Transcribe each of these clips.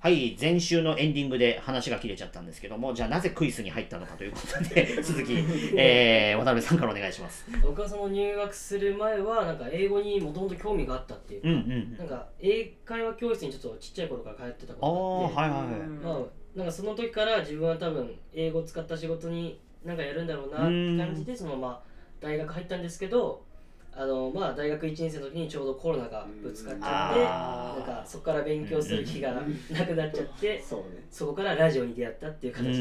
はい、前週のエンディングで話が切れちゃったんですけども、じゃあなぜクイズに入ったのかということで続き、渡辺さんからお願いします。 僕はその入学する前はなんか英語にもともと興味があったっていうか、なんか英会話教室にちょっとちっちゃい頃から通ってたことがあって、まあなんかその時から自分は多分英語を使った仕事になんかやるんだろうなって感じでそのまま大学入ったんですけど、まあ大学1年生の時にちょうどコロナがぶつかっちゃって、なんかそこから勉強する気がなくなっちゃって、そこからラジオに出会ったっていう形です。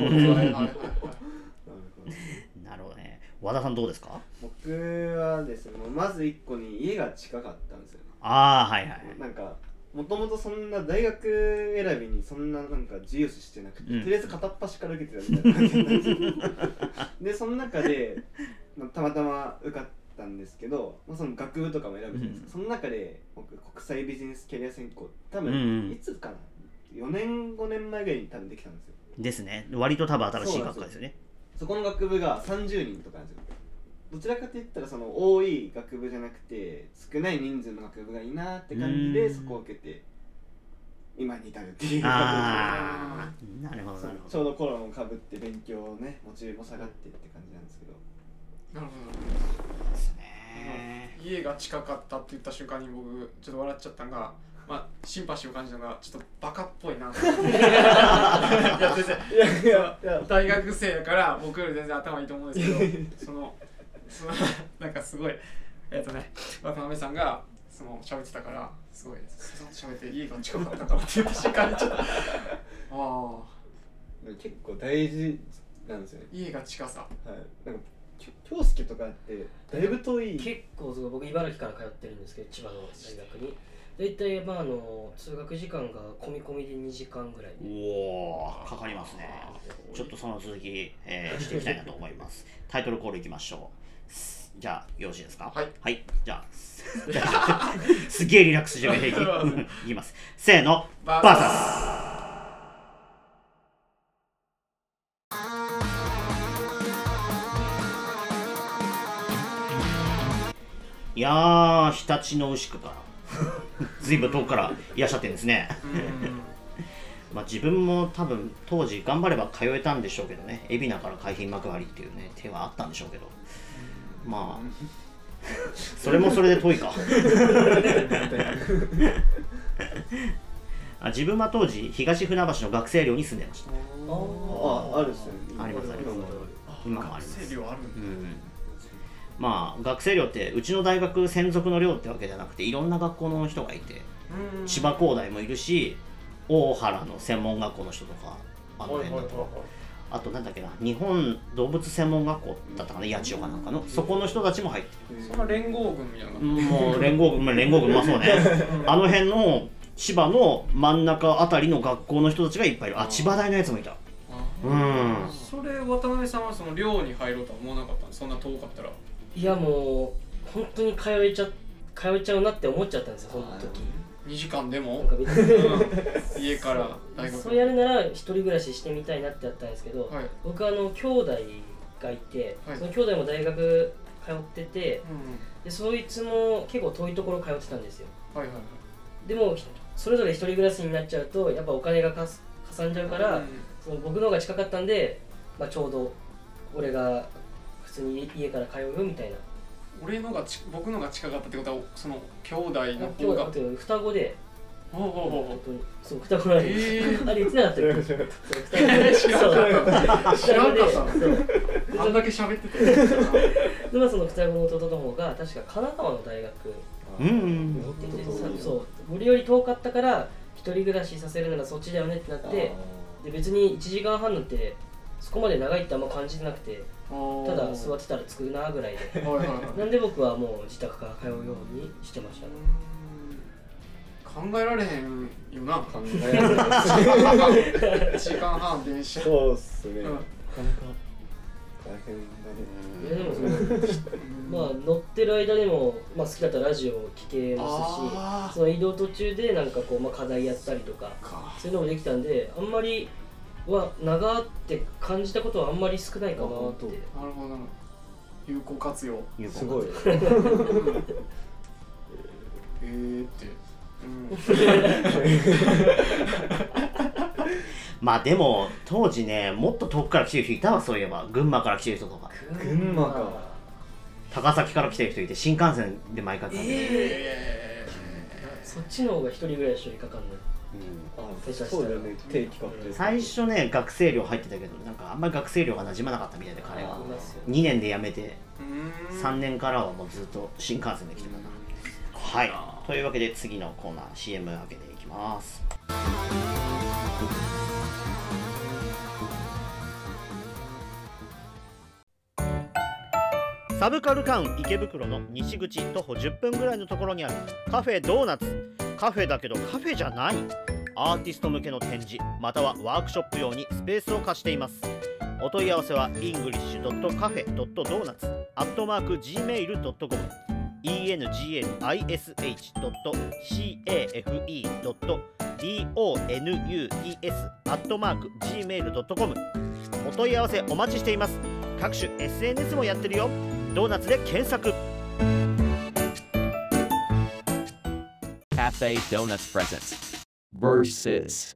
なるほどね。和田さんどうですか？ 僕はですね、まず1個に家が近かったんですよね。 はいはい。 なんかもともとそんな大学選びにそんななんか自由視してなくて、とりあえず片っ端から受けてたみたいな感じなんですよ。でその中で、たまたま受かったんですけど、その学部とかも選ぶじゃないですか。その中で僕国際ビジネスキャリア専攻多分いつかな、4年5年前ぐらいに多分できたんですよ。 ですね。割と多分新しい学科ですよね。 そこの学部が30人とかなんですよ。どちらかといったらその多い学部じゃなくて少ない人数の学部がいいなって感じでそこを受けて今に至るっていう感じで、なるほどちょうどコロナもかぶって勉強をねモチベも下がってって感じなんですけど。 なるほどですね。家が近かったって言った瞬間に僕ちょっと笑っちゃったのが、シンパシーを感じたのがちょっとバカっぽいな。いや全然大学生やから僕より全然頭いいと思うんですけど、そのなんかすごい渡辺さんがその喋ってたからすごい喋って家が近かったからって言った瞬間にちょっと結構大事なんですよね。 家が近さ。 なんか京介とかってだいぶ遠い。 結構僕茨城から通ってるんですけど、千葉の大学に。大体通学時間が込み込みで2時間ぐらい。 かかりますね。ちょっとその続き、していきたいなと思います。タイトルコールいきましょう。じゃあよろしいですか？はい。じゃあすげえリラックスしていきます。せーの、バーサス。いやー、日立の牛久からずいぶん遠くからいらっしゃってるんですね。自分も多分当時頑張れば通えたんでしょうけどね、海老名から海浜幕張っていうね手はあったんでしょうけど、それもそれで遠いか。自分は当時東船橋の学生寮に住んでました。 あるっすよね。 ありますあります。今もあります。 学生寮あるんだ。 学生寮ってうちの大学専属の寮ってわけじゃなくていろんな学校の人がいて、千葉工大もいるし大原の専門学校の人とかあとなんだっけな、日本動物専門学校だったかな、八千代かなんかのそこの人たちも入ってる。 そんな連合軍みたいな。 もう連合軍そうね。あの辺の千葉の真ん中あたりの学校の人たちがいっぱいいる。千葉大のやつもいた。 それ渡辺さんはその寮に入ろうとは思わなかったんです？そんな遠かったら。 いやもう本当に通えちゃうなって思っちゃったんですよ、その時。 2時間でも家から大学。 そうやるなら一人暮らししてみたいなってやったんですけど、僕は兄弟がいて、その兄弟も大学通ってて、でそいつも結構遠いところ通ってたんですよ。でもそれぞれ一人暮らしになっちゃうとやっぱお金がかさんじゃうから、その僕の方が近かったんで、ちょうど俺が普通に家から通うよみたいな。 僕のが近かったってことはその兄弟の方が双子で、そう双子なんです。あれ言ってなかったよ。 知らんかった。あんだけ喋ってて。 でその双子の弟の方が確か神奈川の大学に行ってて、そう俺より遠かったから一人暮らしさせるならそっちだよねってなって、で別に1時間半なんてそこまで長いってあんま感じてなくて、ただ座ってたら着くなぐらいで、なんで僕はもう自宅から通うようにしてましたね。 考えられへんよな。 考えられない。 1時間半電車。 そうっすね。なかなか大変だね。 いやでも乗ってる間でも好きだったらラジオを聴けますし、その移動途中でなんかこう課題やったりとかそういうのもできたんで、あんまりは長って感じたことはあんまり少ないかなって。なるほど。有効活用。 すごい。 って。 まあでも当時ねもっと遠くから来てる人いたわ。そういえば群馬から来てる人とか、 群馬か高崎から来てる人いて新幹線で毎回そっちの方が一人暮らしよりかかんない。 そうだよね、定期買って最初ね学生寮入ってたけどなんかあんまり学生寮が馴染まなかったみたいで彼は2年で辞めて3年からはもうずっと新幹線で来てたな。はい、というわけで次のコーナー CM 開けていきます。サブカルタウン池袋の西口徒歩10分ぐらいのところにあるカフェドーナツ。カフェだけどカフェじゃない、アーティスト向けの展示またはワークショップ用にスペースを貸しています。お問い合わせは english.cafe.donuts@gmail.com english.cafe.donuts@gmail.com お問い合わせお待ちしています。各種 SNS もやってるよ。ドーナツで検索。 Cafe Donuts presents Versus。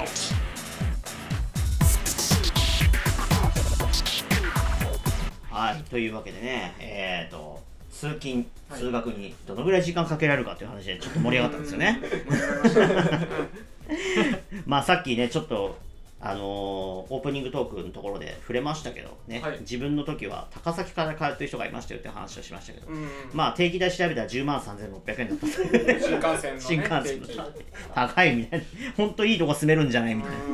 はい、というわけでね、通勤、通学にどのぐらい時間かけられるかという話でちょっと盛り上がったんですよね。まあさっきねちょっとオープニングトークのところで触れましたけどね、はい、自分の時は高崎から通ってる人がいましたよって話をしましたけど、まあ定期代調べたら103,600円だった新幹線の、ね、 新幹線の高いみたいな、本当いいとこ住めるんじゃないみたいな。や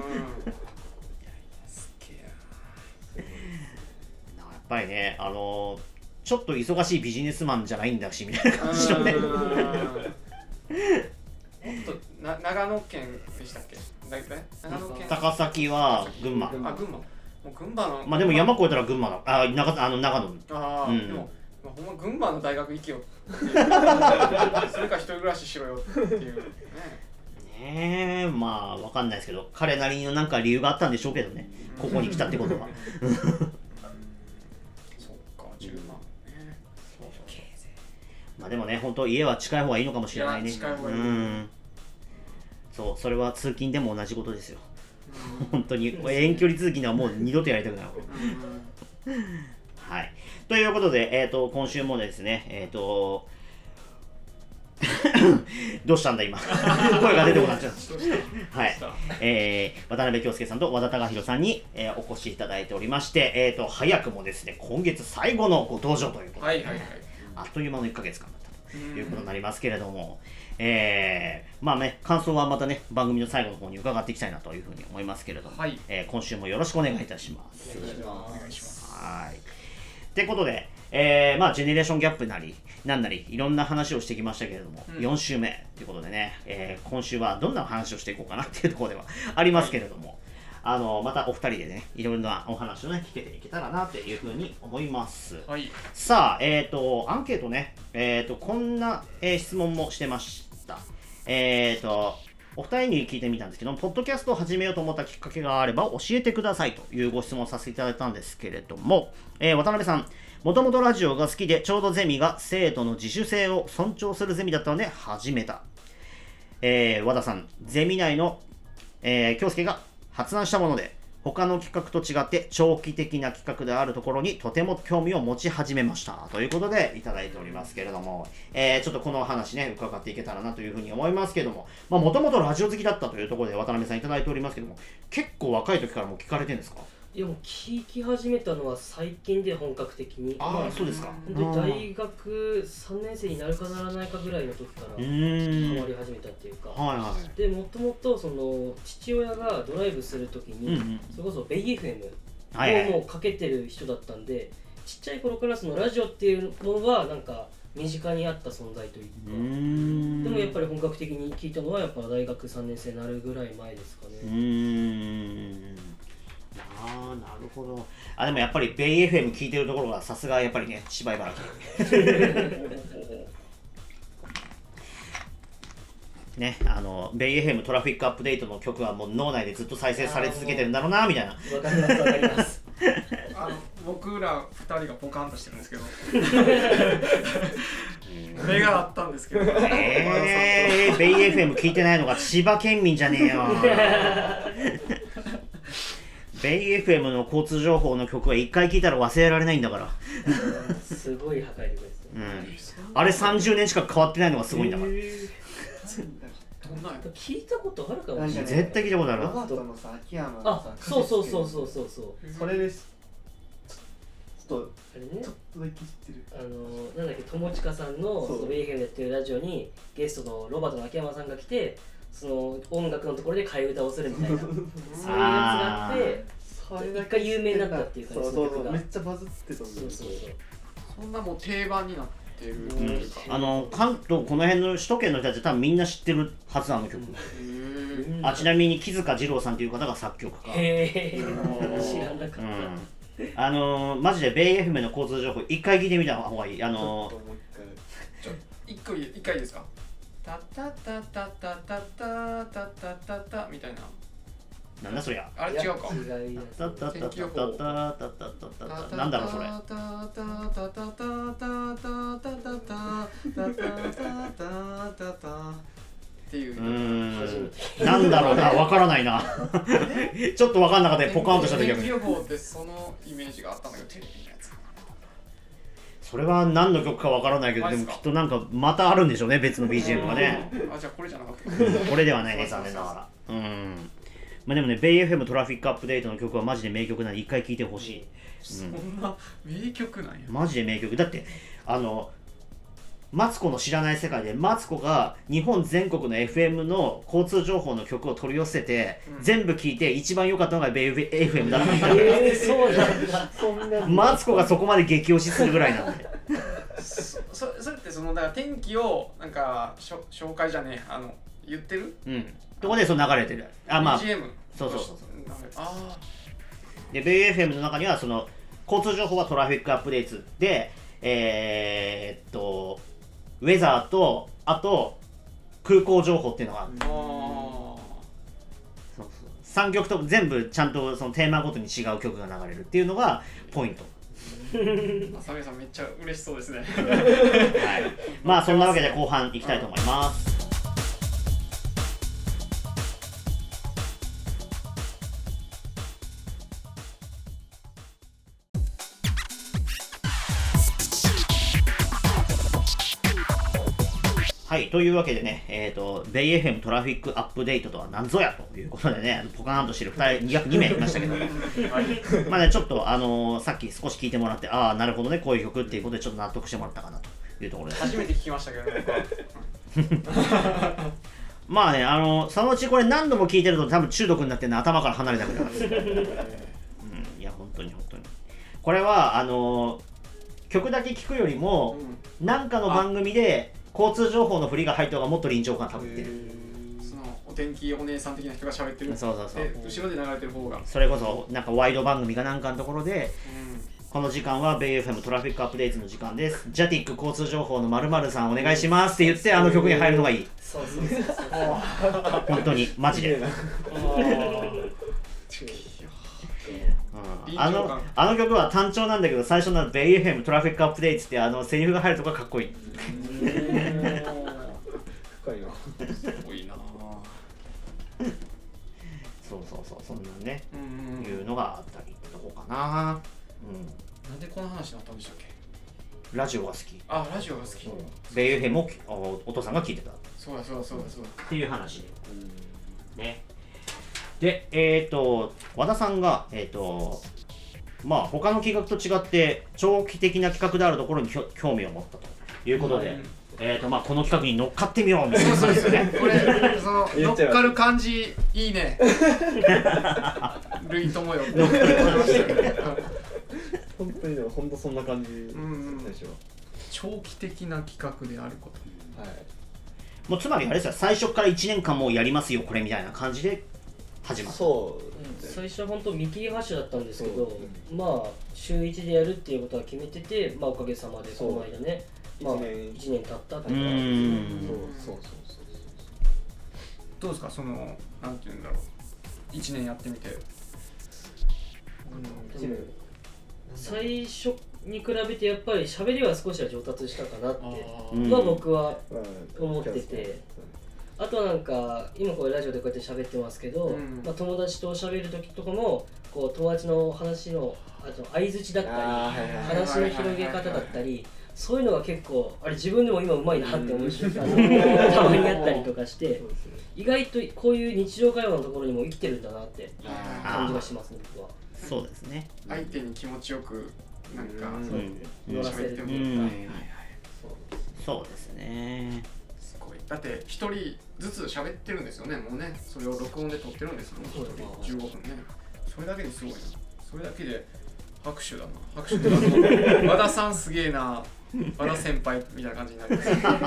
っぱりねちょっと忙しいビジネスマンじゃないんだしみたいな感じのね。 長野県でしたっけ？長野県。 高崎は群馬。 群馬。もう群馬の。 まあでも山越えたら群馬だ。長野。 でもほんま群馬の大学行けよ。それか一人暮らししろよっていうね。 ねえ、まあわかんないですけど、彼なりのなんか理由があったんでしょうけどね。ここに来たってことは。 そっか、10万。 まあでもね、本当家は近い方がいいのかもしれないね。 近い方がいい。 そう、それは通勤でも同じことですよ。本当に遠距離通勤はもう二度とやりたくない。はい。ということで、今週もですね、どうしたんだ今。声が出てこなっちゃった。はい。渡辺京介さんと和田貴弘さんに、お越しいただいておりまして、早くもですね、今月最後のご登場ということで、あっという間の1ヶ月間だったということになりますけれども、まあね、感想はまたね、番組の最後の方に伺っていきたいなというふうに思いますけれども、今週もよろしくお願いいたします。 お願いします。 はい。ってことで、まあ、ジェネレーションギャップなり、なんなり、いろんな話をしてきましたけれども、4週目ということでね、今週はどんな話をしていこうかなっていうところではありますけれども、またお二人でね、いろんなお話をね、聞けていけたらなっていうふうに思います。さあ、アンケートね、こんな、質問もしてました。お二人に聞いてみたんですけど、ポッドキャストを始めようと思ったきっかけがあれば教えてくださいというご質問をさせていただいたんですけれども、渡辺さん、もともとラジオが好きで、ちょうどゼミが生徒の自主性を尊重するゼミだったので始めた。和田さん、ゼミ内の、京介が発案したもので、他の企画と違って長期的な企画であるところにとても興味を持ち始めましたということでいただいておりますけれども、ちょっとこの話ね伺っていけたらなというふうに思いますけども、もともとラジオ好きだったというところで渡辺さんいただいておりますけども、結構若い時からもう聞かれてるんですか？ いやもう聞き始めたのは最近で本格的に。 そうですか。 本当に大学3年生になるかならないかぐらいの時からハマり始めたっていうか、でもともとその父親がドライブする時に、それこそベイ FM をもうかけてる人だったんで、ちっちゃい頃からそのラジオっていうのはなんか身近にあった存在というか、でもやっぱり本格的に聞いたのはやっぱ大学3年生になるぐらい前ですかね。 なるほど。でもやっぱりベイ FM 聞いてるところがさすがやっぱりね、芝居ばらきね、ベイ FM トラフィックアップデートの曲はもう脳内でずっと再生され続けてるんだろうなみたいな。 わかりますわかります。 僕ら2人がポカンとしてるんですけど目があったんですけど、ベイ FM 聞いてないのが千葉県民じゃねえよ。 ベイ FM の交通情報の曲は1回聴いたら忘れられないんだから。 すごい破壊力ですね。 あれ30年近く変わってないのがすごいんだから。 聞いたことあるかもしれない。 絶対聞いたことある。 ロバートのさ、秋山のさ、 そう。 それです。ちょっあれね、 とだけ知ってる。 なんだっけ、友近さんのベイヘムっていうラジオにゲストのロバートの秋山さんが来て、その音楽のところで替え歌をするみたいなそういうやつがあって一回有名になったっていう感じ。 そうめっちゃバズってた。 そんなもう定番になってるっていうか、 関東この辺の首都圏の人たち多分みんな知ってるはず、あの曲。ちなみに木塚二郎さんという方が作曲家。 へー、知らなかった。 マジでベイ FM の交通情報一回聞いてみた方がいい。 一回いいですか。タタタタタタタタタタタみたいな。 なんだそりゃ。 あれ違うか。 タタタタタタタタタタなんだろうそれ。 タタタタタタタタタタタタっていう。 なんだろうな、わからないな。ちょっとわかんなかった。ポカンとした時は。 天気予報ってそのイメージがあったんだけど、テレビのやつ。 それは何の曲かわからないけど、でもきっとなんかまたあるんでしょうね、別の BGM がね。 あ、じゃあこれじゃなかった。 これではないね、残念ながら。まあでもね、ベイ FM トラフィックアップデートの曲はマジで名曲なんで一回聴いてほしい。 そんな名曲なんや。 マジで名曲。だってマツコの知らない世界でマツコが日本全国の FM の交通情報の曲を取り寄せて、全部聴いて一番良かったのがベイ FM だって言ったから。 そうなんだ。 マツコがそこまで激推しするぐらいなんで。 それってだから天気をなんか紹介じゃねえ、言ってる？ とこで流れてる。 BGM。 そう。で、ベイ FM の中にはその交通情報はトラフィックアップデートで、ウェザーとあと空港情報っていうのがある。3曲とも全部ちゃんとそのテーマごとに違う曲が流れるっていうのがポイント。 サメさんめっちゃ嬉しそうですね。 はい。まあそんなわけで後半いきたいと思います。はい、というわけでね、ベイ FM トラフィックアップデートとは何ぞやということでね、ポカーンとしてる約2名いましたけど、まあね、ちょっとさっき少し聞いてもらって、ああ、なるほどね、こういう曲っていうことでちょっと納得してもらったかなというところです。 初めて聞きましたけどね、 まあね、そのうちこれ何度も聞いてると多分中毒になってるの頭から離れなくなる。いや、本当に。これは、曲だけ聞くよりも、なんかの番組で、交通情報の振りが入った方がもっと臨場感たぶってる。 そのお天気お姉さん的な人が喋ってる。 そう後ろで流れてる方が。 それこそなんかワイド番組かなんかのところで、この時間はベイ FM トラフィックアップデートの時間です。ジャティック交通情報の〇〇さんお願いしますって言って曲に入るのがいい。 そう。 本当にマジで。あの曲は単調なんだけど、最初のベイ FM トラフィックアップデートってセリフが入るとこがかっこいい。 深いな。 すごいな。 そうそんなね、いうのがあったりってとこかな。 なんでこの話になったんでしたっけ？ ラジオが好き。 ラジオが好き。 ベイ FM をお父さんが聞いてた。 そうだ。 っていう話で。ね。で、和田さんが、まあ他の企画と違って長期的な企画であるところに興味を持ったということで、まあこの企画に乗っかってみようみたいな。 そうですね。これ乗っかる感じいいね。類友よ。 本当にでも本当そんな感じ。最初は。 長期的な企画であること。 はい。 もうつまりあれですよ、最初から1年間もうやりますよこれみたいな感じで始まった。 最初は本当見切り発車だったんですけど、まあ週1でやるっていうことは決めてて、まあおかげさまでこの間ね、まあ1年経ったっていうそう。 どうですか、なんていうんだろう、1年やってみて。 最初に比べてやっぱり喋りは少しは上達したかなっては僕は思ってて、 あとはなんか今こうラジオでこうやって喋ってますけど、まあ、友達と喋る時とかもこう友達の話のあと相づちだったり話の広げ方だったりそういうのが結構あれ自分でも今うまいなって思う瞬間たまにあったりとかして意外とこういう日常会話のところにも生きてるんだなって感じがしますね僕は。 そうですね。 相手に気持ちよくなんか乗らせるっていうか。 そうですね。 すごい。だって一人ずつ喋ってるんですよね。もうね、それを録音で撮ってるんですもん。15分ね。それだけですごいな。それだけで拍手だな。拍手で和田さんすげえな。和田先輩みたいな感じになる。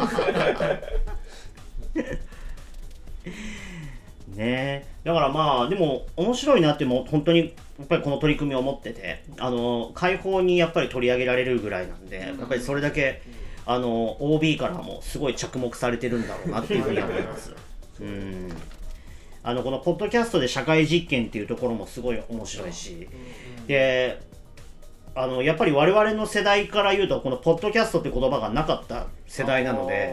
ね、だからまあでも面白いなっても本当にやっぱりこの取り組みを持ってて開放にやっぱり取り上げられるぐらいなんで、やっぱりそれだけOB からもすごい着目されてるんだろうなっていうふうに思います。このポッドキャストで社会実験っていうところもすごい面白いし、でやっぱり我々の世代から言うとこのポッドキャストって言葉がなかった世代なので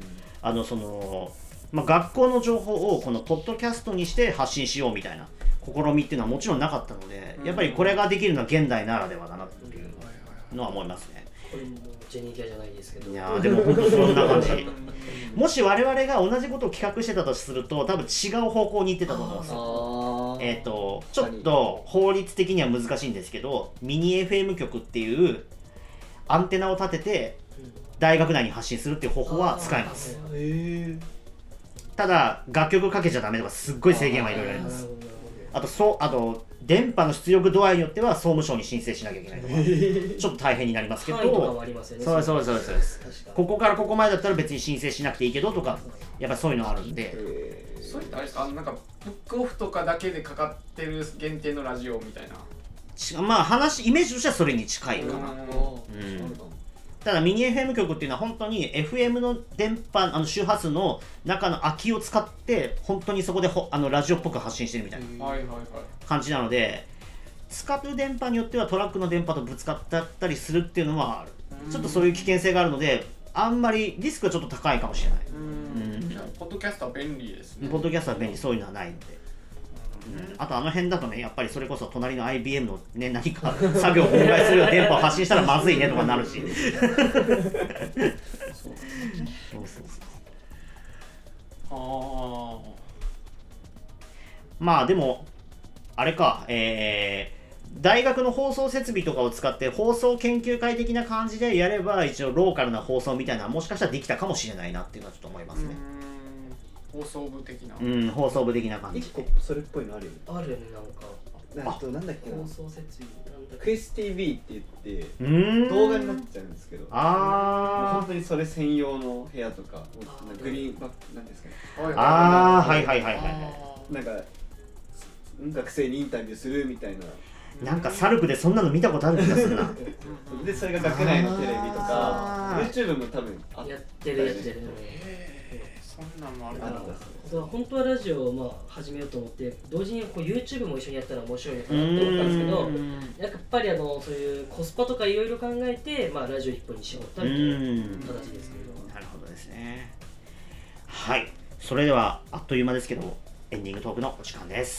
まあ、学校の情報をこのポッドキャストにして発信しようみたいな試みっていうのはもちろんなかったので、やっぱりこれができるのは現代ならではだなっていうのは思いますね。 これもジェニーキャじゃないですけど、 いやでも本当そんな感じもし我々が同じことを企画してたとすると多分違う方向に行ってたと思うんですよ。ちょっと法律的には難しいんですけどミニ FM 局っていうアンテナを立てて大学内に発信するっていう方法は使えます。ただ楽曲かけちゃダメとかすっごい制限はいろいろあります。あと電波の出力度合いによっては総務省に申請しなきゃいけないとかちょっと大変になりますけど、そうです。ここからここまでだったら別に申請しなくていいけどとかやっぱそういうのあるんで、 それってあれですか、なんかブックオフとかだけでかかってる限定のラジオみたいな。 まあイメージとしてはそれに近いかな。ただミニ FM 局っていうのは本当に FM の電波周波数の中の空きを使って本当にそこでラジオっぽく発信してるみたいな感じなので、使う電波によってはトラックの電波とぶつかったりするっていうのはある。ちょっとそういう危険性があるのであんまりリスクはちょっと高いかもしれない。 ポッドキャストは便利ですね。 ポッドキャストは便利、そういうのはないので。あと辺だとねやっぱりそれこそ隣の IBM のね何か作業を妨害するような電波を発信したらまずいねとかなるしまあでもあれか大学の放送設備とかを使って放送研究会的な感じでやれば一応ローカルな放送みたいなもしかしたらできたかもしれないなっていうのはちょっと思いますね。 放送部的な。 放送部的な感じ。 一個それっぽいのあるよね。 あるよねなんか。 なんだっけな。 放送設備なんだっけ。 クエス TV って言って動画になっちゃうんですけど。本当にそれ専用の部屋とかグリーンバックなんですかね。 はい。 なんか学生にインタビューするみたいな。 なんかサルクでそんなの見たことある気がするな。 でそれが学内のテレビとか YouTube も多分やってる。 そんなんもあるんだ。 本当はラジオを始めようと思って同時にこう YouTube も一緒にやったら面白いのかなと思ったんですけど、やっぱりそういうコスパとかいろいろ考えてラジオ一本に絞ったっていう形ですけど。 なるほどですね。はい、それではあっという間ですけどエンディングトークのお時間です。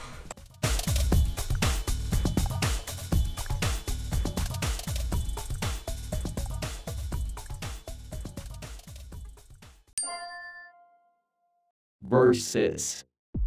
Versus。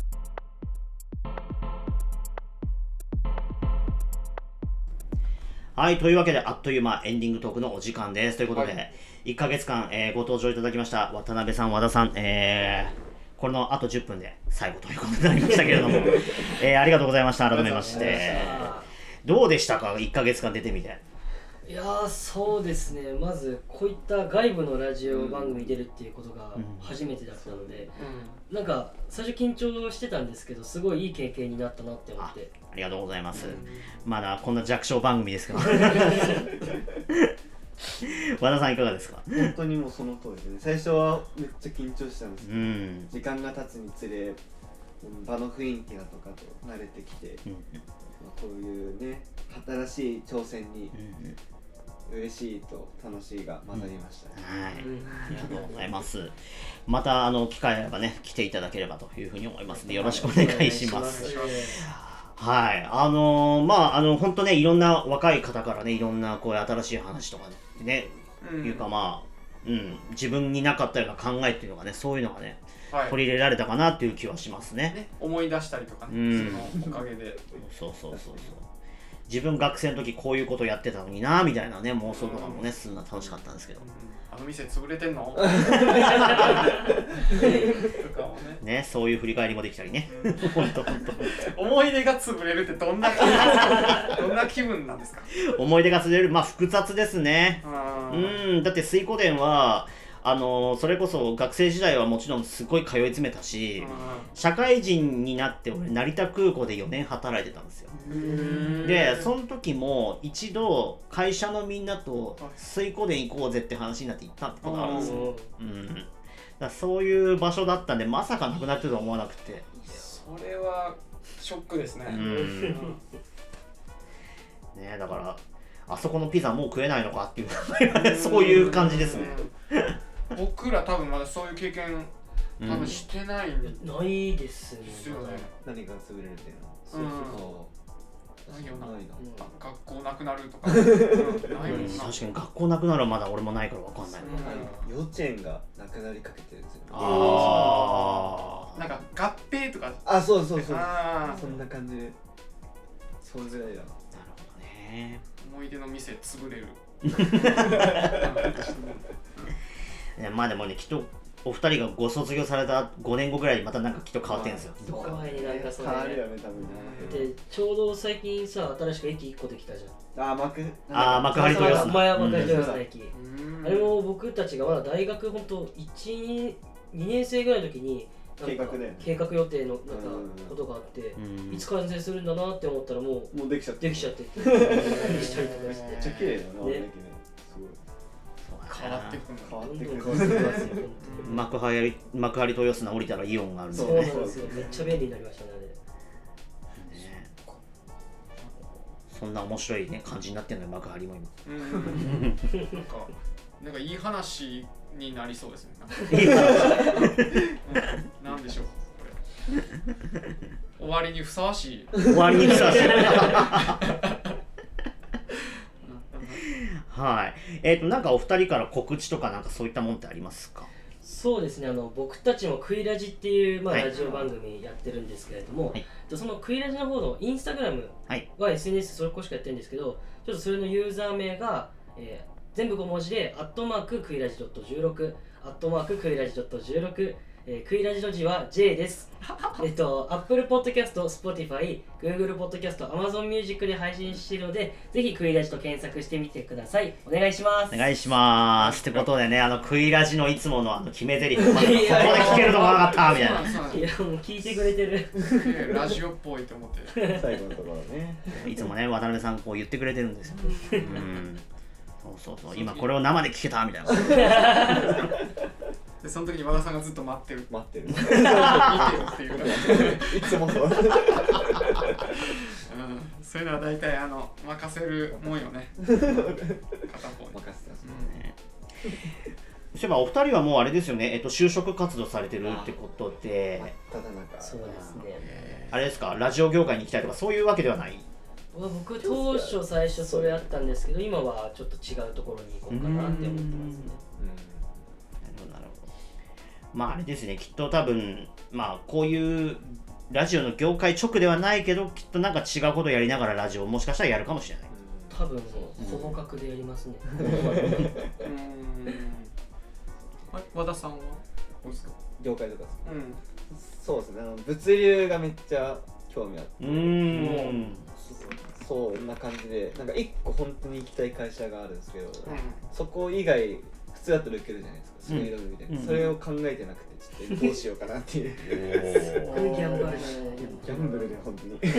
はい、というわけであっという間エンディングトークのお時間です。ということで、1ヶ月間、ご登場いただきました渡辺さん、和田さん、これのあと10分で最後ということになりましたけれども、ありがとうございました。改めまして。どうでしたか、1ヶ月間出てみて。 いやーそうですね、まずこういった外部のラジオ番組に出るっていうことが初めてだったので、なんか最初緊張してたんですけどすごいいい経験になったなって思って。 ありがとうございます。まだこんな弱小番組ですけど和田さんいかがですか。 本当にもうその通りですね。最初はめっちゃ緊張してたんですけど、時間が経つにつれ場の雰囲気だとかと慣れてきて、こういうね新しい挑戦に嬉しいと楽しいが混ざりましたね。 はい、ありがとうございます。また機会あればね来ていただければというふうに思いますのでよろしくお願いします。はい、本当ねいろんな若い方からねいろんなこういう新しい話とかね、いうか自分になかったような考えっていうのがねそういうのがね、取り入れられたかなっていう気はしますね。 思い出したりとかね、そのおかげで。 そう。自分学生の時こういうことやってたのになみたいなね妄想とかもねするの楽しかったんですけど、 あの店潰れてんのとかもねそういう振り返りもできたりね。本当思い出が潰れるってどんな気分なんですか？ 思い出が潰れる、複雑ですね。だって水湖殿はそれこそ学生時代はもちろんすごい通い詰めたし、社会人になって俺成田空港で4年働いてたんですよ。でその時も一度会社のみんなと水湖殿行こうぜって話になって行ったってことがあるんですよ。だそういう場所だったんでまさかなくなってるとは思わなくて、 それはショックですね。 ねだからあそこのピザもう食えないのかっていうそういう感じですね。 僕ら多分まだそういう経験多分してないないですね。 何が潰れるっていうの？ ないよな。学校なくなるとか。 確かに学校なくなるはまだ俺もないからわかんない。 幼稚園がなくなりかけてるんですよ。 なんか合併とか。 そう。そんな感じで。そんぐらいだ。なるほどね。 思い出の店潰れる。 でもねきっとお二人がご卒業された5年後ぐらいにまたなんかきっと変わってんですよ。 どっか前になんかそれ変わるよね多分ね。 でちょうど最近さ新しく駅1個できたじゃん。 幕張豊洲。 幕張豊洲の駅。あれも僕たちがまだ大学ほんと2年生ぐらいの時に計画予定のなんかことがあって、いつ完成するんだなって思ったらもうできちゃってしたりとかして。 めっちゃ綺麗だな。すごい。 変わってくる。 幕張豊洲の降りたらイオンがあるんですよね。 そうなんですよ。めっちゃ便利になりましたね。 そんな面白いね感じになってるのよ幕張も今。 なんかいい話になりそうですね。なんでしょうこれ。終わりにふさわしい。 終わりにふさわしい。はい。なんかお二人から告知とかなんかそういったもんってありますか？ そうですね。僕たちもクイラジっていうラジオ番組やってるんですけれども、そのクイラジの方のインスタグラムは SNS それこしかやってるんですけど、ちょっとそれのユーザー名が全部小文字でクイラジ.16クイラジ.16クイラジの字は J です。Apple Podcast、Spotify、Google Podcast、Amazon Music で配信しているので、ぜひクイラジと検索してみてください。お願いします。 お願いします。ってことでね、クイラジのいつもの決め台詞、ここで聞けるとこなかったみたいな。 いや、もう聞いてくれてる。 ラジオっぽいと思って。 最後のところね。 いつもね、渡辺さんこう言ってくれてるんですよ。そう、今これを生で聞けたみたいな。 でその時に和田さんがずっと待ってる見てるっていういつもそうそういうのは大体任せるもんよね片方に任せてますね。 そういえばお二人はもうあれですよね、就職活動されてるってことで、 そうですね。 あれですか、ラジオ業界に行きたいとかそういうわけではない？ 僕当初最初それあったんですけど、今はちょっと違うところに行こうかなって思ってますね。 あれですね、きっと多分こういうラジオの業界直ではないけどきっとなんか違うことをやりながらラジオをもしかしたらやるかもしれない。 多分ほぼ確でやりますね。 和田さんはどうですか？ 業界とかそうですね、物流がめっちゃ興味あって、そんな感じでなんか一個本当に行きたい会社があるんですけど、そこ以外普通だったら受けるじゃないですか、スピードみたいな、それを考えてなくてちょっとどうしようかなっていうすごいギャンブルね。 ギャンブルで本当に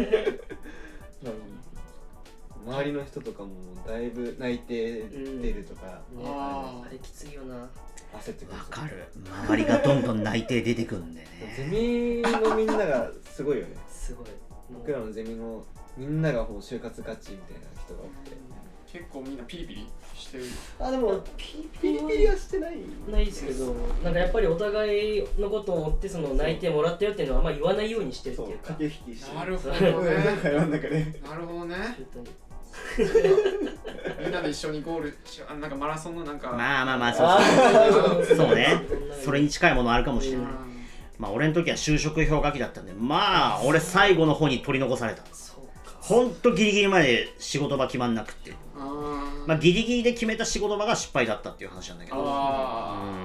周りの人とかもだいぶ内定出るとか、 あれきついよな。 焦ってくる。 わかる。周りがどんどん内定出てくるんでね。 ゼミのみんながすごいよね。 すごい。 僕らのゼミのみんながもう就活ガチみたいな人が多くて。 結構みんなピリピリしてる。 でもピリピリはしてないですけど、なんかやっぱりお互いのことを思ってその泣いてもらったよっていうのはあんまり言わないようにしてるっていうか。 駆け引きして。 なるほどね。 会話の中で。 なるほどね。みんなで一緒にゴールなんかマラソンのなんかまあそうね、それに近いものあるかもしれない。まあ俺の時は就職氷河期だったんで、まあ俺最後の方に取り残された。ほんとギリギリまで仕事場決まんなくて、まあギリギリで決めた仕事場が失敗だったっていう話なんだけど、あ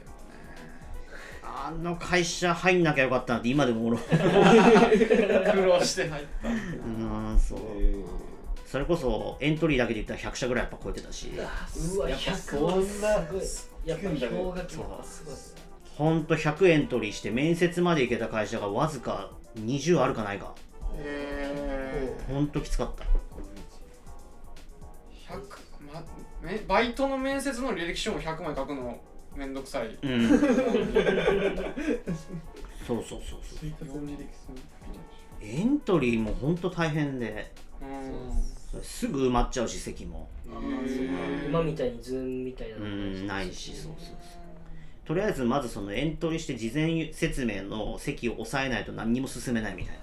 の会社入んなきゃよかったなって今でも苦労して入った。 そう。それこそエントリーだけで言ったら100社ぐらいやっぱ超えてたし、 うわ、100そんなやっぱ氷河期はすごい。 ほんと100エントリーして面接まで行けた会社がわずか20あるかないか。ほんときつかった。 バイトの面接の履歴書も100枚書くのめんどくさい。 そうエントリーもほんと大変で、すぐ埋まっちゃうし席も今みたいにズームみたいなないし、とりあえずまずそのエントリーして事前説明の席を抑えないと何にも進めないみたいな。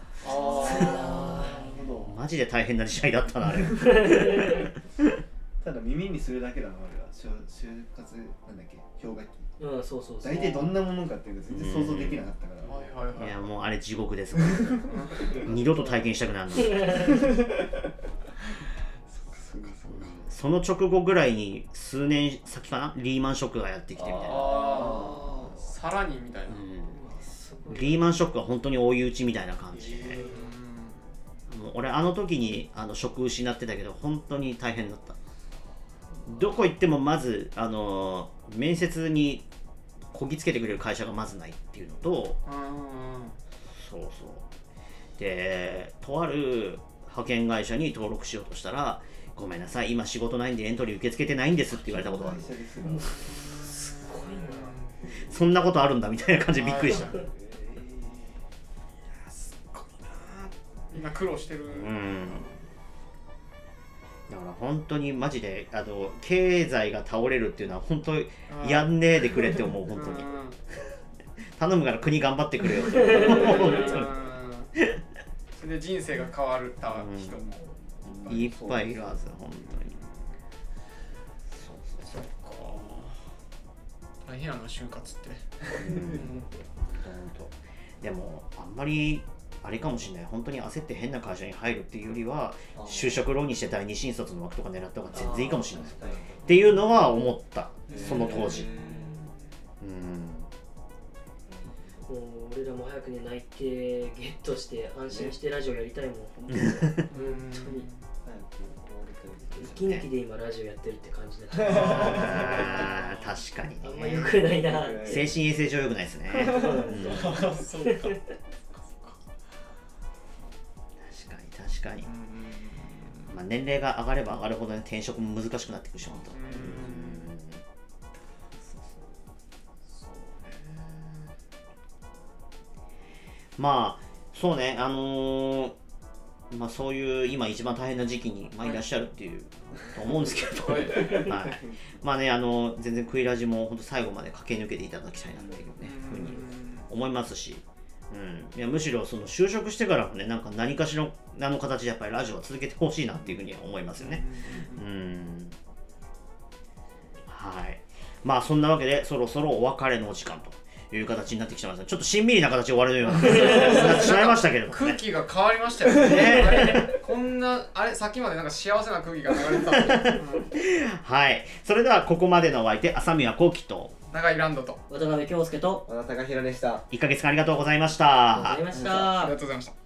マジで大変な時代だったなあれ。 ただ耳にするだけだな、俺は就活なんだっけ、氷河期。大体どんなものかっていうの全然想像できなかったから。 いやもうあれ地獄です二度と体験したくなるの。その直後ぐらいに数年先かな、リーマンショックがやってきてみたいな。 さらにみたいな。 リーマンショックは本当に追い打ちみたいな感じで、俺あの時に職失ってたけど本当に大変だった。どこ行ってもまず面接にこぎつけてくれる会社がまずないっていうのと、でとある派遣会社に登録しようとしたら、ごめんなさい今仕事ないんでエントリー受け付けてないんですって言われたことがある。 すごいな、 そんなことあるんだみたいな感じでびっくりした。 みんな苦労してる。 だから本当にマジで経済が倒れるっていうのは本当やんねえでくれって思う。本当に頼むから国頑張ってくれよって。 それで人生が変わるた人もいっぱいいるはず。本当にそう大変やな就活って。 でもあんまりあれかもしれない、本当に焦って変な会社に入るっていうよりは就職浪人して第二新卒の枠とか狙った方が全然いいかもしれないっていうのは思った、その当時。 もう俺らも早くね内定ゲットして安心してラジオやりたいもん。本当に息抜きで今ラジオやってるって感じだった。 確かにね、 あんま良くないな。 精神衛生上良くないですね。確かに、まあ、年齢が上がれば上がるほど、ね、転職も難しくなってくるし、本当。まあそうね、まあそういう今一番大変な時期に、まあ、いらっしゃるっていうと思うんですけど、はい、まあね全然クイラジも本当最後まで駆け抜けていただきたいなっていうねふうに思いますし。いやむしろその就職してからもね、なんか何かしらの形でやっぱりラジオは続けてほしいなっていうふうには思いますよね。はい。まあそんなわけでそろそろお別れのお時間という形になってきてます。ちょっとしんみりな形で終わるようになってしまいましたけども、ね、 空気が変わりましたよね。こんなさっきまでなんか幸せな空気が流れてたのに。 はい。それではここまでのお相手、浅宮幸喜と長井ランドと渡辺京介と高弘でした。 1ヶ月間ありがとうございました。 ありがとうございました。 ありがとうございました。